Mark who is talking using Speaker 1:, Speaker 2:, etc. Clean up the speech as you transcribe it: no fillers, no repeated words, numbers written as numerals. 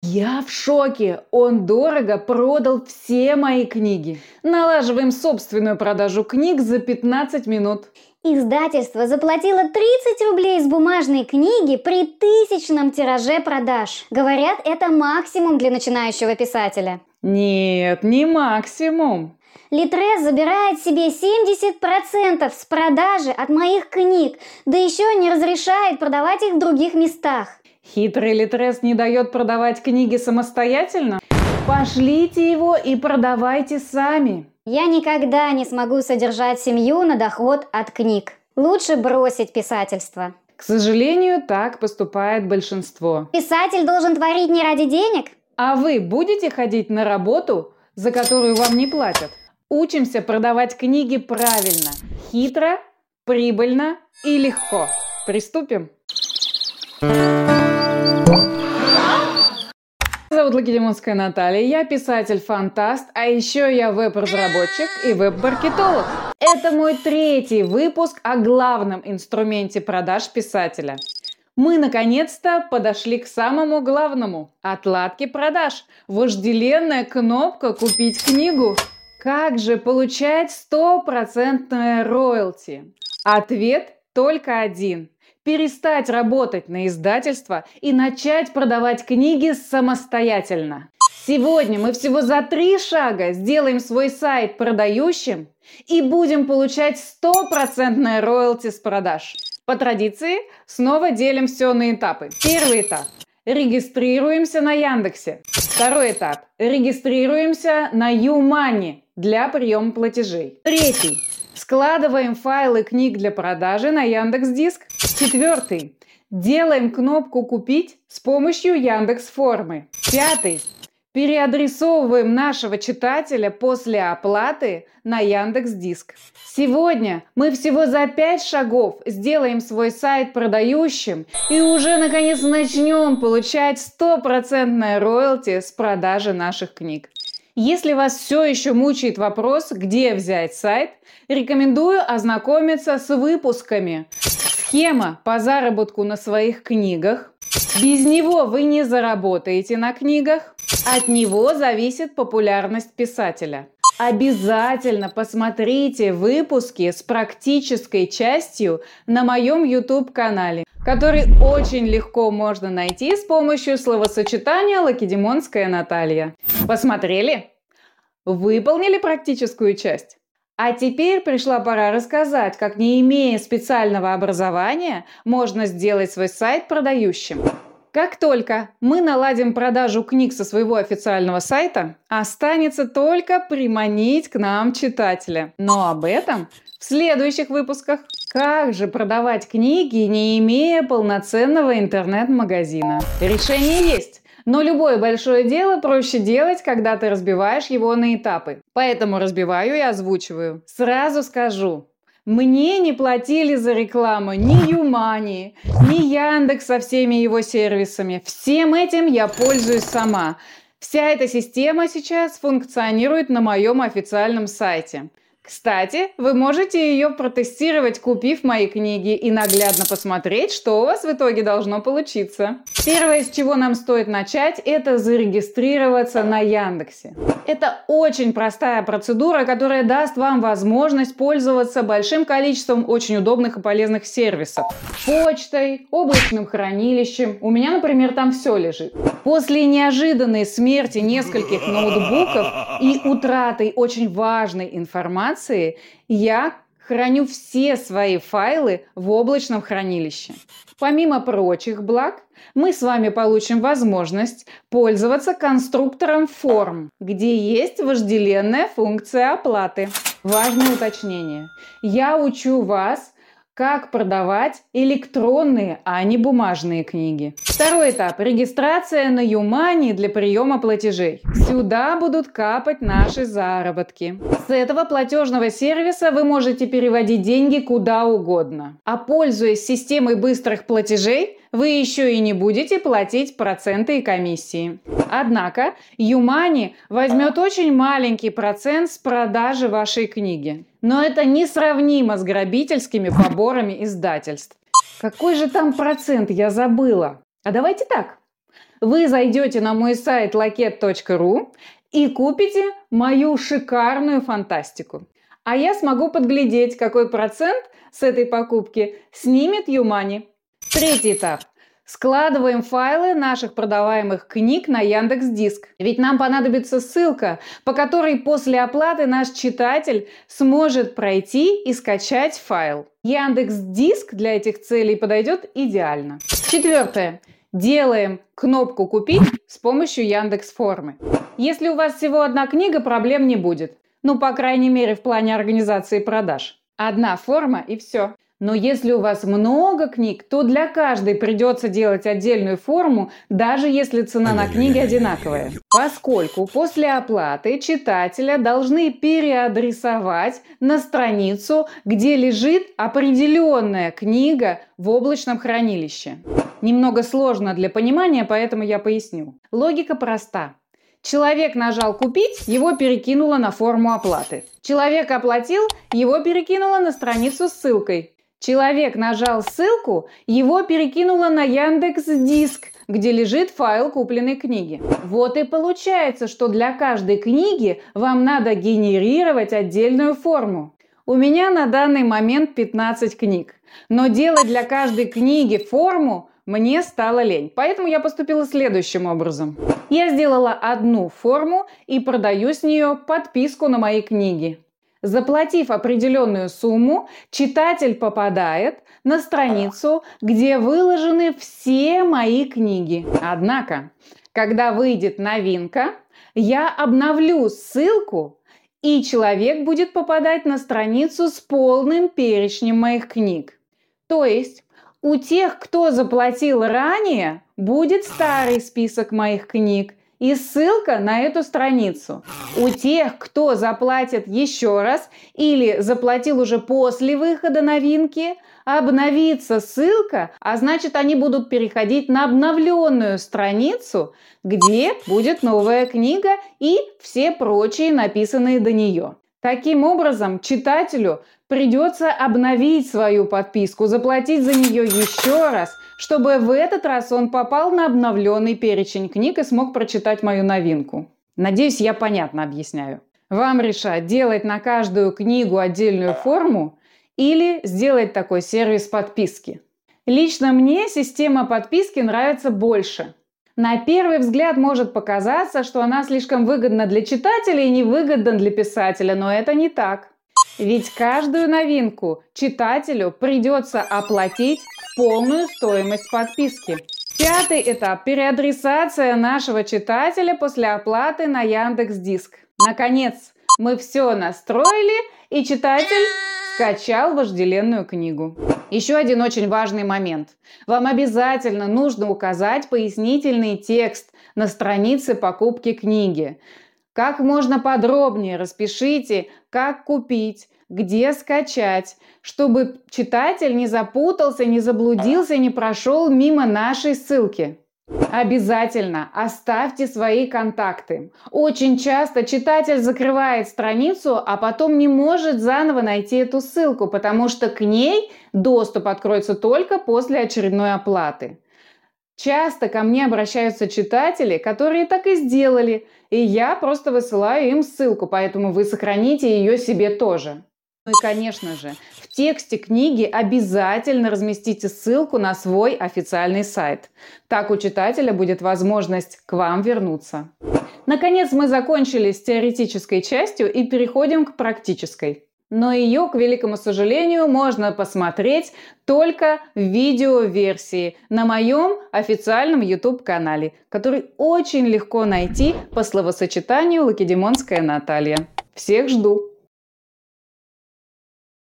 Speaker 1: Я в шоке! Он дорого продал все мои книги. Налаживаем собственную продажу книг за 15 минут.
Speaker 2: Издательство заплатило 30 рублей с бумажной книги при 1000-ном тираже продаж. Говорят, это максимум для начинающего писателя.
Speaker 1: Нет, не максимум.
Speaker 2: Литрес забирает себе 70% с продажи от моих книг, да еще не разрешает продавать их в других местах.
Speaker 1: Хитрый Литрес не дает продавать книги самостоятельно? Пошлите его и продавайте сами.
Speaker 2: Я никогда не смогу содержать семью на доход от книг. Лучше бросить писательство.
Speaker 1: К сожалению, так поступает большинство.
Speaker 2: Писатель должен творить не ради денег?
Speaker 1: А вы будете ходить на работу, за которую вам не платят? Учимся продавать книги правильно, хитро, прибыльно и легко. Приступим. Меня зовут Лакедемонская Наталья, я писатель-фантаст, а еще я веб-разработчик и веб-маркетолог. Это мой 3-й выпуск о главном инструменте продаж писателя. Мы наконец-то подошли к самому главному – отладке продаж. Вожделенная кнопка «Купить книгу». Как же получать 100% роялти? Ответ только один. Перестать работать на издательство и начать продавать книги самостоятельно. Сегодня мы всего за 3 шага сделаем свой сайт продающим и будем получать 100% роялти с продаж. По традиции снова делим все на этапы. Первый этап. Регистрируемся на Яндексе. Второй этап. Регистрируемся на YouMoney для приема платежей. Третий. Складываем файлы книг для продажи на Яндекс.Диск. 4. Делаем кнопку «Купить» с помощью Яндекс.Формы. 5. Переадресовываем нашего читателя после оплаты на Яндекс.Диск. Сегодня мы всего за 5 шагов сделаем свой сайт продающим и уже наконец начнем получать 100% роялти с продажи наших книг. Если вас все еще мучает вопрос, где взять сайт, рекомендую ознакомиться с выпусками. Схема по заработку на своих книгах. Без него вы не заработаете на книгах. От него зависит популярность писателя. Обязательно посмотрите выпуски с практической частью на моем YouTube-канале, который очень легко можно найти с помощью словосочетания «Лакедемонская Наталья». Посмотрели? Выполнили практическую часть? А теперь пришла пора рассказать, как, не имея специального образования, можно сделать свой сайт продающим. Как только мы наладим продажу книг со своего официального сайта, останется только приманить к нам читателя. Но об этом в следующих выпусках. Как же продавать книги, не имея полноценного интернет-магазина? Решение есть. Но любое большое дело проще делать, когда ты разбиваешь его на этапы. Поэтому разбиваю и озвучиваю. Сразу скажу. Мне не платили за рекламу ни YouMoney, ни Яндекс со всеми его сервисами. Всем этим я пользуюсь сама. Вся эта система сейчас функционирует на моем официальном сайте. Кстати, вы можете ее протестировать, купив мои книги, и наглядно посмотреть, что у вас в итоге должно получиться. Первое, с чего нам стоит начать, это зарегистрироваться на Яндексе. Это очень простая процедура, которая даст вам возможность пользоваться большим количеством очень удобных и полезных сервисов. Почтой, облачным хранилищем. У меня, например, там все лежит. После неожиданной смерти нескольких ноутбуков и утраты очень важной информации, я храню все свои файлы в облачном хранилище. Помимо прочих благ, мы с вами получим возможность пользоваться конструктором форм, где есть вожделенная функция оплаты. Важное уточнение. Я учу вас, как продавать электронные, а не бумажные книги. Второй этап. Регистрация на YouMoney для приема платежей. Сюда будут капать наши заработки. С этого платежного сервиса вы можете переводить деньги куда угодно. А пользуясь системой быстрых платежей, вы еще и не будете платить проценты и комиссии. Однако YouMoney возьмет очень маленький процент с продажи вашей книги. Но это несравнимо с грабительскими поборами издательств. Какой же там процент, я забыла. А давайте так. Вы зайдете на мой сайт laket.ru и купите мою шикарную фантастику. А я смогу подглядеть, какой процент с этой покупки снимет YouMoney. Третий этап. Складываем файлы наших продаваемых книг на Яндекс.Диск. Ведь нам понадобится ссылка, по которой после оплаты наш читатель сможет пройти и скачать файл. Яндекс.Диск для этих целей подойдет идеально. Четвертое. Делаем кнопку «Купить» с помощью Яндекс.Формы. Если у вас всего одна книга, проблем не будет. Ну, по крайней мере, в плане организации продаж. Одна форма и все. Но если у вас много книг, то для каждой придется делать отдельную форму, даже если цена на книги одинаковая. Поскольку после оплаты читателя должны переадресовать на страницу, где лежит определенная книга в облачном хранилище. Немного сложно для понимания, поэтому я поясню. Логика проста. Человек нажал «Купить», его перекинуло на форму оплаты. Человек оплатил, его перекинуло на страницу с ссылкой. Человек нажал ссылку, его перекинуло на Яндекс.Диск, где лежит файл купленной книги. Вот и получается, что для каждой книги вам надо генерировать отдельную форму. У меня на данный момент 15 книг, но делать для каждой книги форму мне стало лень. Поэтому я поступила следующим образом. Я сделала одну форму и продаю с нее подписку на мои книги. Заплатив определенную сумму, читатель попадает на страницу, где выложены все мои книги. Однако, когда выйдет новинка, я обновлю ссылку, и человек будет попадать на страницу с полным перечнем моих книг. То есть у тех, кто заплатил ранее, будет старый список моих книг и ссылка на эту страницу. У тех, кто заплатит еще раз или заплатил уже после выхода новинки, обновится ссылка, а значит, они будут переходить на обновленную страницу, где будет новая книга и все прочие написанные до нее. Таким образом, читателю придется обновить свою подписку, заплатить за нее еще раз, чтобы в этот раз он попал на обновленный перечень книг и смог прочитать мою новинку. Надеюсь, я понятно объясняю. Вам решать, делать на каждую книгу отдельную форму или сделать такой сервис подписки. Лично мне система подписки нравится больше. На первый взгляд может показаться, что она слишком выгодна для читателя и невыгодна для писателя, но это не так. Ведь каждую новинку читателю придется оплатить полную стоимость подписки. Пятый этап – переадресация нашего читателя после оплаты на Яндекс.Диск. Наконец, мы все настроили, и читатель скачал вожделенную книгу. Еще один очень важный момент. Вам обязательно нужно указать пояснительный текст на странице покупки книги. Как можно подробнее распишите, как купить, где скачать, чтобы читатель не запутался, не заблудился, не прошел мимо нашей ссылки. Обязательно оставьте свои контакты. Очень часто читатель закрывает страницу, а потом не может заново найти эту ссылку, потому что к ней доступ откроется только после очередной оплаты. Часто ко мне обращаются читатели, которые так и сделали, и я просто высылаю им ссылку, поэтому вы сохраните ее себе тоже. Ну и, конечно же, в тексте книги обязательно разместите ссылку на свой официальный сайт. Так у читателя будет возможность к вам вернуться. Наконец, мы закончили с теоретической частью и переходим к практической. Но ее, к великому сожалению, можно посмотреть только в видеоверсии на моем официальном YouTube-канале, который очень легко найти по словосочетанию Лакедемонская Наталья. Всех жду!